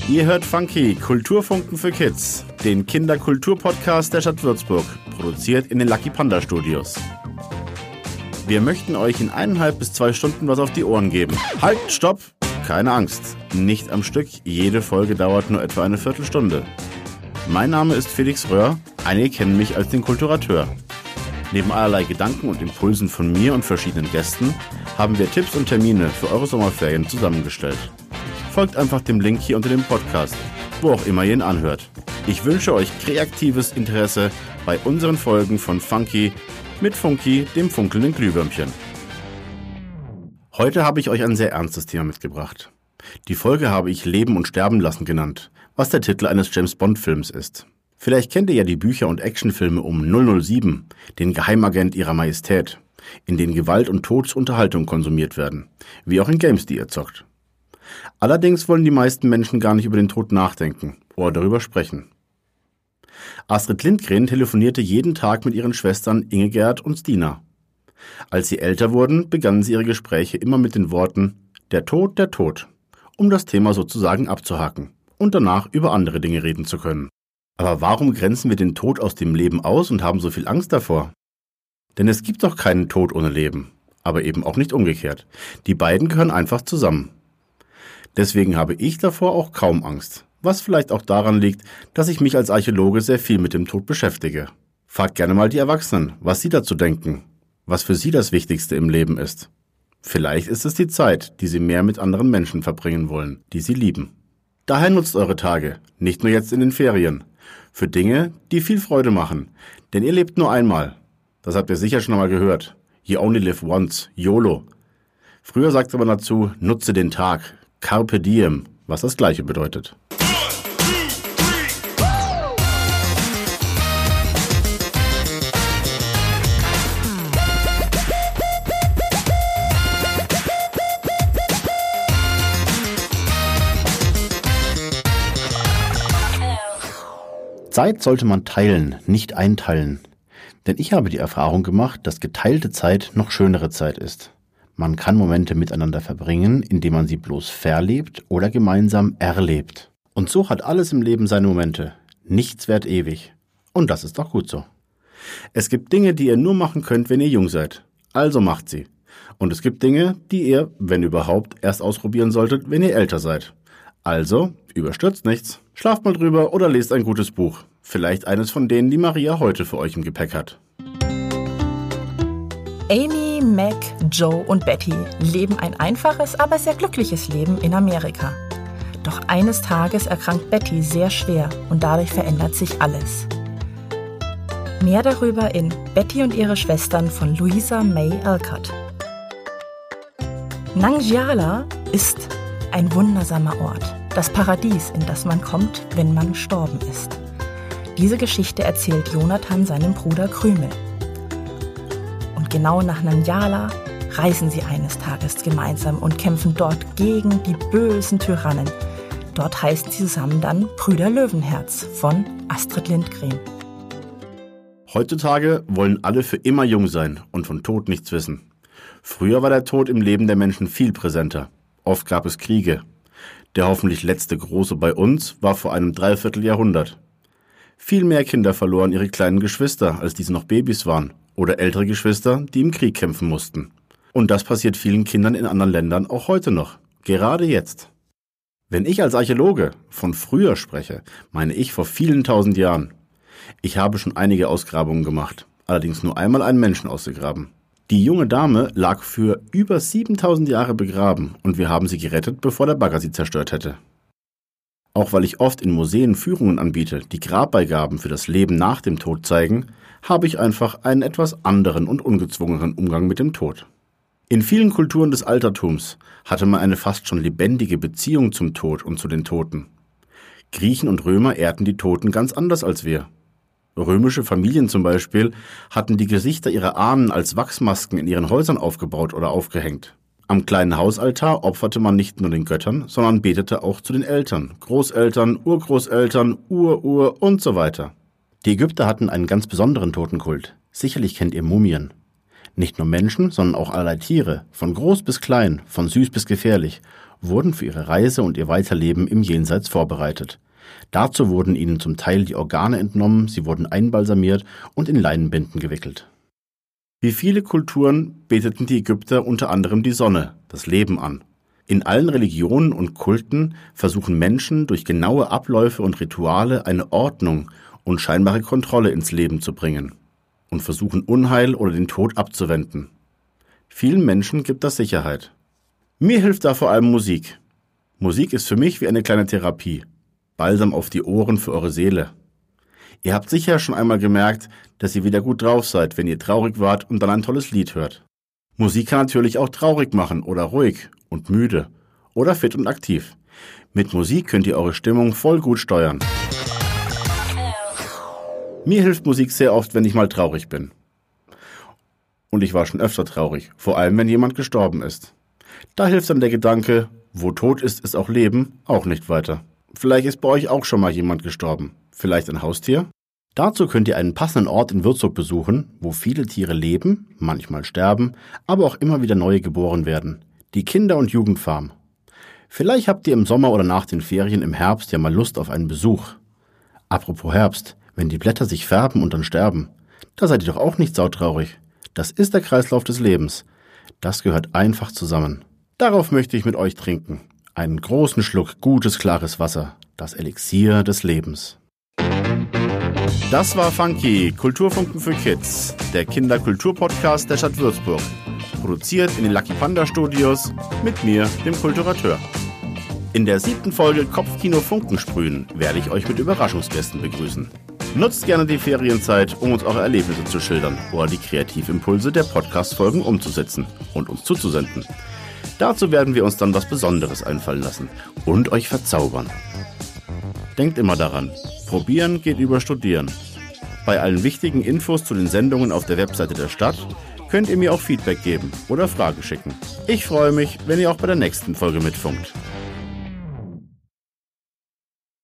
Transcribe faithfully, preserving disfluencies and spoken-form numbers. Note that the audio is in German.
Ihr hört Funky, Kulturfunken für Kids, den Kinderkulturpodcast der Stadt Würzburg, produziert in den Lucky Panda Studios. Wir möchten euch in eineinhalb bis zwei Stunden was auf die Ohren geben. Halt, stopp! Keine Angst, nicht am Stück, jede Folge dauert nur etwa eine Viertelstunde. Mein Name ist Felix Röhr, einige kennen mich als den Kulturateur. Neben allerlei Gedanken und Impulsen von mir und verschiedenen Gästen haben wir Tipps und Termine für eure Sommerferien zusammengestellt. Folgt einfach dem Link hier unter dem Podcast, wo auch immer ihr ihn anhört. Ich wünsche euch kreatives Interesse bei unseren Folgen von Funky mit Funky, dem funkelnden Glühwürmchen. Heute habe ich euch ein sehr ernstes Thema mitgebracht. Die Folge habe ich Leben und Sterben lassen genannt, was der Titel eines James-Bond-Films ist. Vielleicht kennt ihr ja die Bücher und Actionfilme um null null sieben, den Geheimagent ihrer Majestät, in denen Gewalt und Tod zur Unterhaltung konsumiert werden, wie auch in Games, die ihr zockt. Allerdings wollen die meisten Menschen gar nicht über den Tod nachdenken oder darüber sprechen. Astrid Lindgren telefonierte jeden Tag mit ihren Schwestern Ingegerd und Stina. Als sie älter wurden, begannen sie ihre Gespräche immer mit den Worten »Der Tod, der Tod«, um das Thema sozusagen abzuhaken und danach über andere Dinge reden zu können. Aber warum grenzen wir den Tod aus dem Leben aus und haben so viel Angst davor? Denn es gibt doch keinen Tod ohne Leben, aber eben auch nicht umgekehrt. Die beiden gehören einfach zusammen. Deswegen habe ich davor auch kaum Angst, was vielleicht auch daran liegt, dass ich mich als Archäologe sehr viel mit dem Tod beschäftige. Fragt gerne mal die Erwachsenen, was sie dazu denken, was für sie das Wichtigste im Leben ist. Vielleicht ist es die Zeit, die sie mehr mit anderen Menschen verbringen wollen, die sie lieben. Daher nutzt eure Tage, nicht nur jetzt in den Ferien, für Dinge, die viel Freude machen, denn ihr lebt nur einmal. Das habt ihr sicher schon einmal gehört. You only live once, YOLO. Früher sagte man dazu, nutze den Tag, Carpe Diem, was das Gleiche bedeutet. Zeit sollte man teilen, nicht einteilen. Denn ich habe die Erfahrung gemacht, dass geteilte Zeit noch schönere Zeit ist. Man kann Momente miteinander verbringen, indem man sie bloß verlebt oder gemeinsam erlebt. Und so hat alles im Leben seine Momente. Nichts währt ewig. Und das ist doch gut so. Es gibt Dinge, die ihr nur machen könnt, wenn ihr jung seid. Also macht sie. Und es gibt Dinge, die ihr, wenn überhaupt, erst ausprobieren solltet, wenn ihr älter seid. Also, überstürzt nichts. Schlaft mal drüber oder lest ein gutes Buch. Vielleicht eines von denen, die Maria heute für euch im Gepäck hat. Amy, Mac, Joe und Betty leben ein einfaches, aber sehr glückliches Leben in Amerika. Doch eines Tages erkrankt Betty sehr schwer und dadurch verändert sich alles. Mehr darüber in Betty und ihre Schwestern von Louisa May Alcott. Nangiala ist ein wundersamer Ort, das Paradies, in das man kommt, wenn man gestorben ist. Diese Geschichte erzählt Jonathan seinem Bruder Krümel. Und genau nach Nangiala reisen sie eines Tages gemeinsam und kämpfen dort gegen die bösen Tyrannen. Dort heißen sie zusammen dann Brüder Löwenherz von Astrid Lindgren. Heutzutage wollen alle für immer jung sein und von Tod nichts wissen. Früher war der Tod im Leben der Menschen viel präsenter. Oft gab es Kriege. Der hoffentlich letzte große bei uns war vor einem Dreivierteljahrhundert. Viel mehr Kinder verloren ihre kleinen Geschwister, als diese noch Babys waren, oder ältere Geschwister, die im Krieg kämpfen mussten. Und das passiert vielen Kindern in anderen Ländern auch heute noch, gerade jetzt. Wenn ich als Archäologe von früher spreche, meine ich vor vielen tausend Jahren. Ich habe schon einige Ausgrabungen gemacht, allerdings nur einmal einen Menschen ausgegraben. Die junge Dame lag für über siebentausend Jahre begraben und wir haben sie gerettet, bevor der Bagger sie zerstört hätte. Auch weil ich oft in Museen Führungen anbiete, die Grabbeigaben für das Leben nach dem Tod zeigen, habe ich einfach einen etwas anderen und ungezwungeneren Umgang mit dem Tod. In vielen Kulturen des Altertums hatte man eine fast schon lebendige Beziehung zum Tod und zu den Toten. Griechen und Römer ehrten die Toten ganz anders als wir. Römische Familien zum Beispiel hatten die Gesichter ihrer Ahnen als Wachsmasken in ihren Häusern aufgebaut oder aufgehängt. Am kleinen Hausaltar opferte man nicht nur den Göttern, sondern betete auch zu den Eltern, Großeltern, Urgroßeltern, Ur-Ur und so weiter. Die Ägypter hatten einen ganz besonderen Totenkult. Sicherlich kennt ihr Mumien. Nicht nur Menschen, sondern auch allerlei Tiere, von groß bis klein, von süß bis gefährlich. wurden für ihre Reise und ihr Weiterleben im Jenseits vorbereitet. Dazu wurden ihnen zum Teil die Organe entnommen, sie wurden einbalsamiert und in Leinenbinden gewickelt. Wie viele Kulturen beteten die Ägypter unter anderem die Sonne, das Leben an. In allen Religionen und Kulten versuchen Menschen durch genaue Abläufe und Rituale eine Ordnung und scheinbare Kontrolle ins Leben zu bringen und versuchen Unheil oder den Tod abzuwenden. Vielen Menschen gibt das Sicherheit. Mir hilft da vor allem Musik. Musik ist für mich wie eine kleine Therapie. Balsam auf die Ohren für eure Seele. Ihr habt sicher schon einmal gemerkt, dass ihr wieder gut drauf seid, wenn ihr traurig wart und dann ein tolles Lied hört. Musik kann natürlich auch traurig machen oder ruhig und müde oder fit und aktiv. Mit Musik könnt ihr eure Stimmung voll gut steuern. Mir hilft Musik sehr oft, wenn ich mal traurig bin. Und ich war schon öfter traurig, vor allem wenn jemand gestorben ist. Da hilft dann der Gedanke, wo Tod ist, ist auch Leben, auch nicht weiter. Vielleicht ist bei euch auch schon mal jemand gestorben. Vielleicht ein Haustier? Dazu könnt ihr einen passenden Ort in Würzburg besuchen, wo viele Tiere leben, manchmal sterben, aber auch immer wieder neue geboren werden. Die Kinder- und Jugendfarm. Vielleicht habt ihr im Sommer oder nach den Ferien im Herbst ja mal Lust auf einen Besuch. Apropos Herbst, wenn die Blätter sich färben und dann sterben, da seid ihr doch auch nicht sautraurig. Das ist der Kreislauf des Lebens. Das gehört einfach zusammen. Darauf möchte ich mit euch trinken. Einen großen Schluck gutes, klares Wasser. Das Elixier des Lebens. Das war Funky, Kulturfunken für Kids, der Kinderkulturpodcast der Stadt Würzburg. Produziert in den Lucky Panda Studios mit mir, dem Kulturateur. In der siebten Folge Kopfkino Funken sprühen werde ich euch mit Überraschungsgästen begrüßen. Nutzt gerne die Ferienzeit, um uns eure Erlebnisse zu schildern oder die Kreativimpulse der Podcast-Folgen umzusetzen und uns zuzusenden. Dazu werden wir uns dann was Besonderes einfallen lassen und euch verzaubern. Denkt immer daran, probieren geht über studieren. Bei allen wichtigen Infos zu den Sendungen auf der Webseite der Stadt könnt ihr mir auch Feedback geben oder Fragen schicken. Ich freue mich, wenn ihr auch bei der nächsten Folge mitfunkt.